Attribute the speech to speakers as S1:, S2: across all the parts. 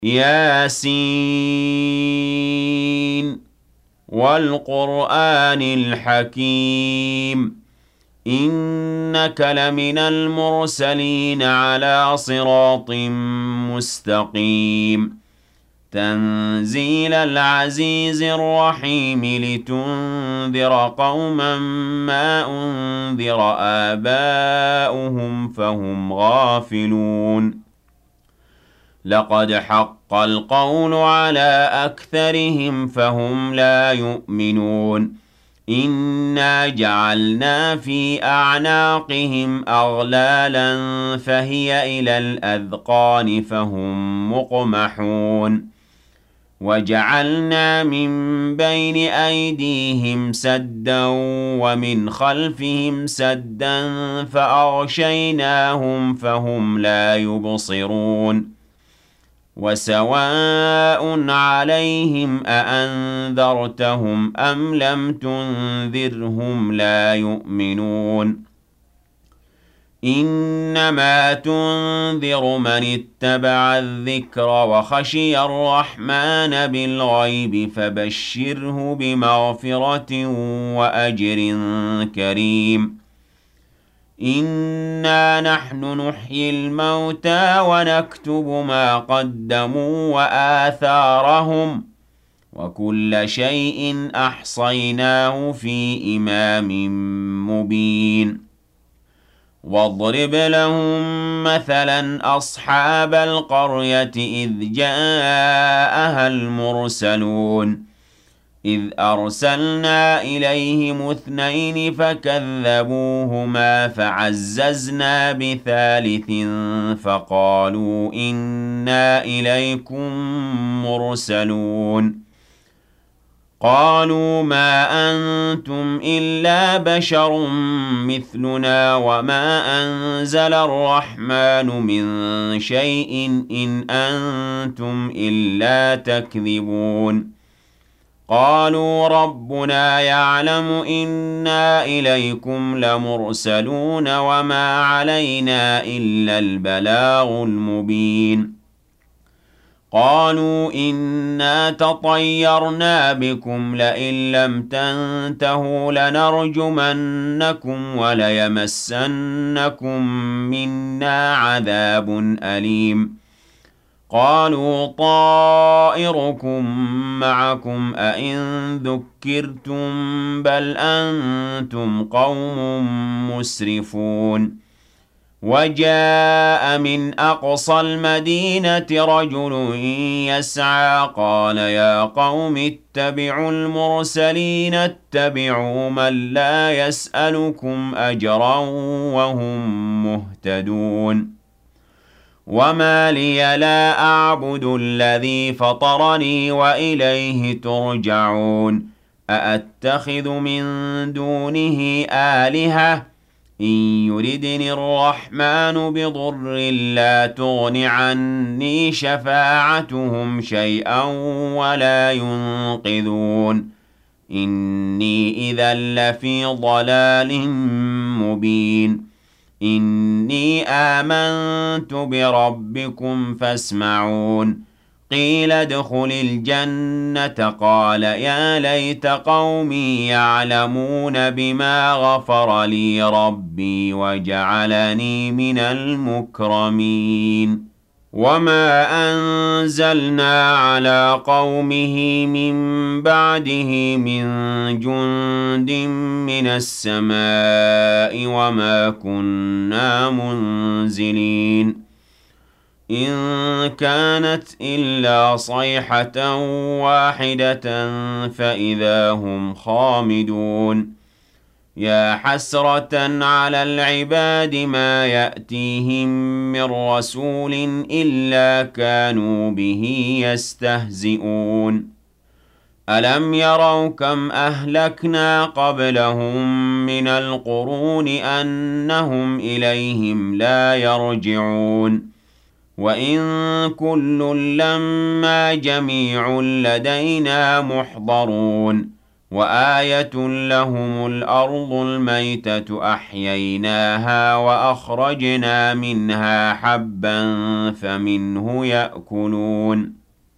S1: ياسين والقرآن الحكيم إنك لمن المرسلين على صراط مستقيم تنزيل العزيز الرحيم لتنذر قوما ما أنذر آباؤهم فهم غافلون لقد حق القول على أكثرهم فهم لا يؤمنون إنا جعلنا في أعناقهم أغلالا فهي إلى الأذقان فهم مقمحون وجعلنا من بين أيديهم سدا ومن خلفهم سدا فأغشيناهم فهم لا يبصرون وسواء عليهم أأنذرتهم أم لم تنذرهم لا يؤمنون إنما تنذر من اتبع الذكر وخشي الرحمن بالغيب فبشره بمغفرة وأجر كريم إنا نحن نحيي الموتى ونكتب ما قدموا وآثارهم وكل شيء أحصيناه في إمام مبين واضرب لهم مثلا أصحاب القرية إذ جاءها المرسلون إذ أرسلنا إليهم اثنين فكذبوهما فعززنا بثالث فقالوا إنا إليكم مرسلون قالوا ما أنتم إلا بشر مثلنا وما أنزل الرحمن من شيء إن أنتم إلا تكذبون قالوا ربنا يعلم إنا إليكم لمرسلون وما علينا إلا البلاغ المبين قالوا إنا تطيرنا بكم لئن لم تنتهوا لنرجمنكم وليمسنكم منا عذاب أليم قالوا طائركم معكم أئن ذكرتم بل أنتم قوم مسرفون وجاء من أقصى المدينة رجل يسعى قال يا قوم اتبعوا المرسلين اتبعوا من لا يسألكم أجرا وهم مهتدون وما لي لا أعبد الذي فطرني وإليه ترجعون أأتخذ من دونه آلهة إن يردني الرحمن بضر لا تغن عني شفاعتهم شيئا ولا ينقذون إني إذا لفي ضلال مبين إني آمنت بربكم فاسمعون قيل ادخل الجنة قال يا ليت قومي يعلمون بما غفر لي ربي وجعلني من المكرمين وما أنزلنا على قومه من بعده من جند من السماء وما كنا منزلين إن كانت إلا صيحة واحدة فإذا هم خامدون يا حسرة على العباد ما يأتيهم من رسول إلا كانوا به يستهزئون ألم يروا كم أهلكنا قبلهم من القرون أنهم إليهم لا يرجعون وإن كل لما جميع لدينا محضرون وآية لهم الأرض الميتة أحييناها وأخرجنا منها حبا فمنه يأكلون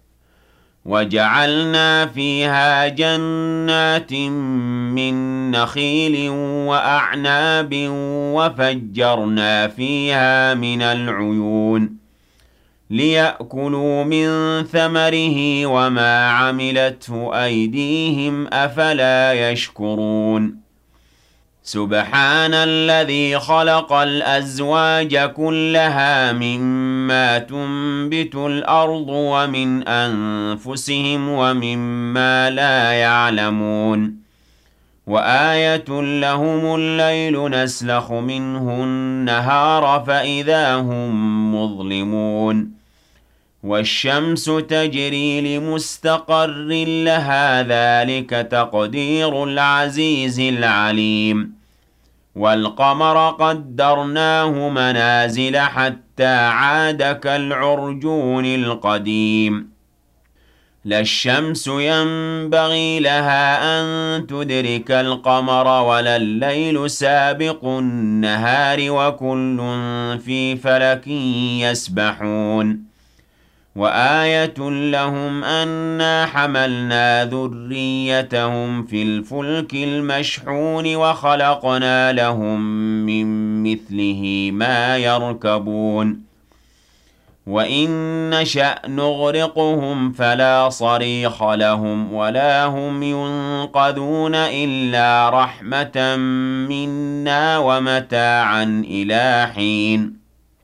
S1: وجعلنا فيها جنات من نخيل وأعناب وفجرنا فيها من العيون ليأكلوا من ثمره وما عملته أيديهم أفلا يشكرون سبحان الذي خلق الأزواج كلها مما تنبت الأرض ومن أنفسهم ومما لا يعلمون وآية لهم الليل نسلخ منه النهار فإذا هم مظلمون والشمس تجري لمستقر لها ذلك تقدير العزيز العليم والقمر قدرناه منازل حتى عاد كالعرجون القديم لا الشمس ينبغي لها أن تدرك القمر ولا الليل سابق النهار وكل في فلك يسبحون وآية لهم أنا حملنا ذريتهم في الفلك المشحون وخلقنا لهم من مثله ما يركبون وإن نشأ نغرقهم فلا صريخ لهم ولا هم ينقذون إلا رحمة منا ومتاعا إلى حين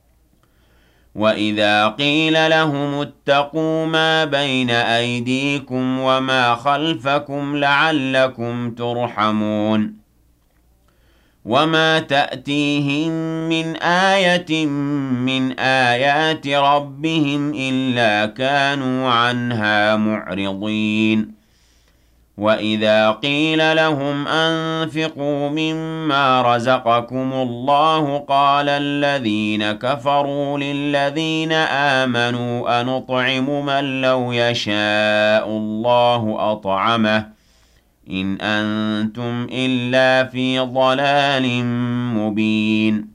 S1: وإذا قيل لهم اتقوا ما بين أيديكم وما خلفكم لعلكم ترحمون وما تأتيهم من آية من آيات ربهم إلا كانوا عنها معرضين وإذا قيل لهم أنفقوا مما رزقكم الله قال الذين كفروا للذين آمنوا أنطعم من لو يشاء الله أطعمه إن أنتم إلا في ضلال مبين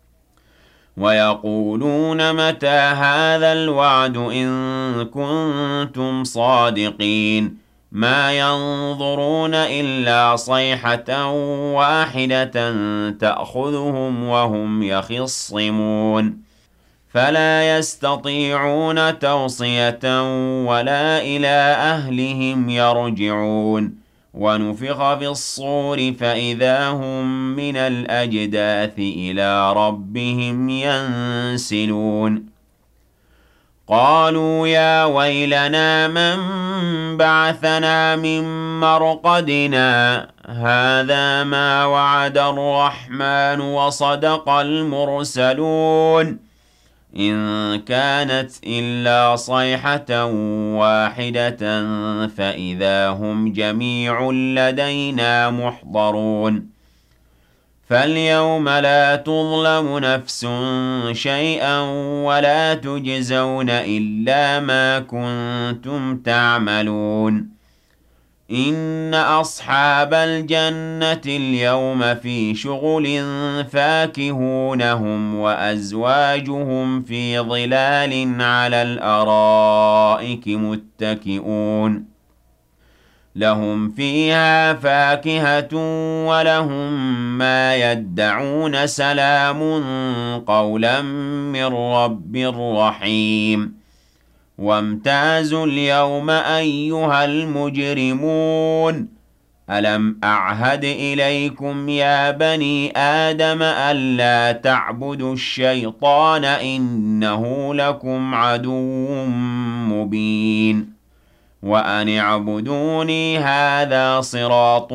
S1: ويقولون متى هذا الوعد إن كنتم صادقين ما ينظرون إلا صيحة واحدة تأخذهم وهم يخصمون فلا يستطيعون توصية ولا إلى أهلهم يرجعون ونفخ في الصور فإذا هم من الأجداث إلى ربهم ينسلون قالوا يا ويلنا من بعثنا من مرقدنا هذا ما وعد الرحمن وصدق المرسلون إن كانت إلا صيحة واحدة فإذا هم جميع لدينا محضرون فاليوم لا تظلم نفس شيئا ولا تجزون إلا ما كنتم تعملون إن أصحاب الجنة اليوم في شغل فاكهون هم وأزواجهم في ظلال على الأرائك متكئون لهم فيها فاكهة ولهم ما يدعون سلام قولا من رب رحيم وامتازوا اليوم أيها المجرمون ألم أعهد إليكم يا بني آدم ألا تعبدوا الشيطان إنه لكم عدو مبين وأن اعبدوني هذا صراط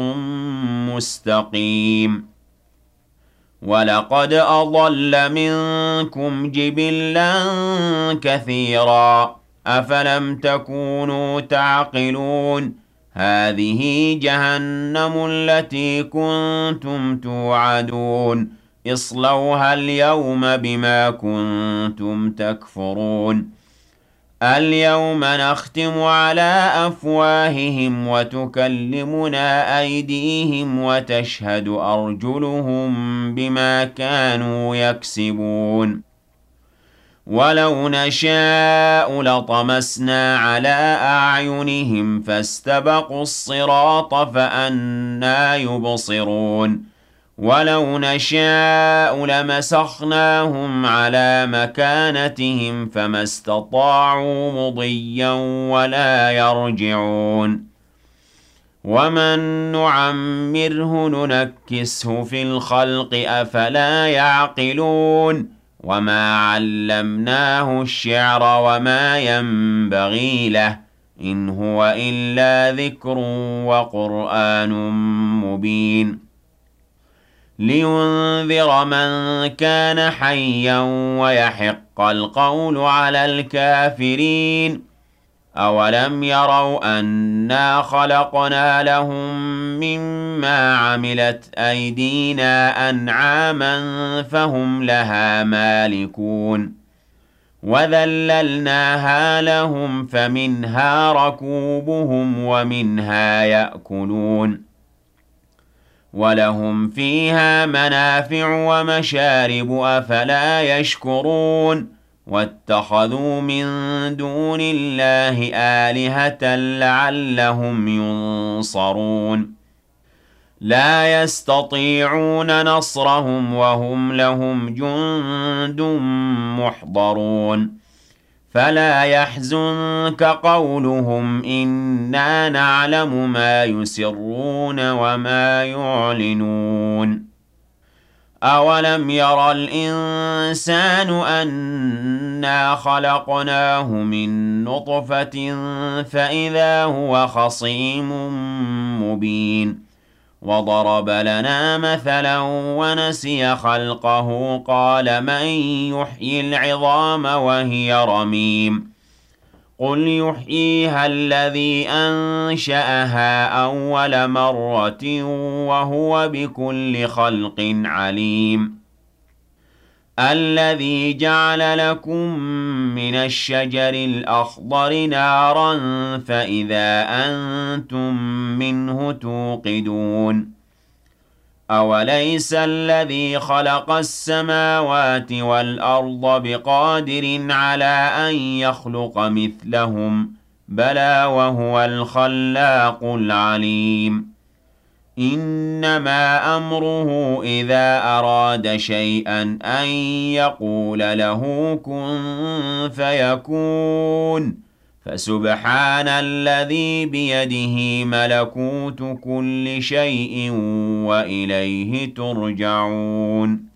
S1: مستقيم ولقد أضل منكم جبلا كثيرا أفلم تكونوا تعقلون هذه جهنم التي كنتم توعدون اصلوها اليوم بما كنتم تكفرون اليوم نختم على أفواههم وتكلمنا أيديهم وتشهد أرجلهم بما كانوا يكسبون ولو نشاء لطمسنا على أعينهم فاستبقوا الصراط فأنى يبصرون ولو نشاء لمسخناهم على مكانتهم فما استطاعوا مضيا ولا يرجعون ومن نعمره ننكسه في الخلق أفلا يعقلون وما علمناه الشعر وما ينبغي له إن هو إلا ذكر وقرآن مبين لينذر من كان حيا ويحق القول على الكافرين أولم يروا أنا خلقنا لهم مما عملت أيدينا أنعاما فهم لها مالكون وذللناها لهم فمنها ركوبهم ومنها يأكلون ولهم فيها منافع ومشارب أفلا يشكرون واتخذوا من دون الله آلهة لعلهم ينصرون لا يستطيعون نصرهم وهم لهم جند محضرون فلا يحزنك قولهم إنا نعلم ما يسرون وما يعلنون أولم ير الإنسان أنا خلقناه من نطفة فإذا هو خصيم مبين وضرب لنا مثلا ونسي خلقه قال من يحيي العظام وهي رميم قل يحييها الذي أنشأها أول مرة وهو بكل خلق عليم الذي جعل لكم من الشجر الأخضر نارا فإذا أنتم منه توقدون أوليس الذي خلق السماوات والأرض بقادر على أن يخلق مثلهم بلى وهو الخلاق العليم إنما أمره إذا أراد شيئا أن يقول له كن فيكون فسبحان الذي بيده ملكوت كل شيء وإليه ترجعون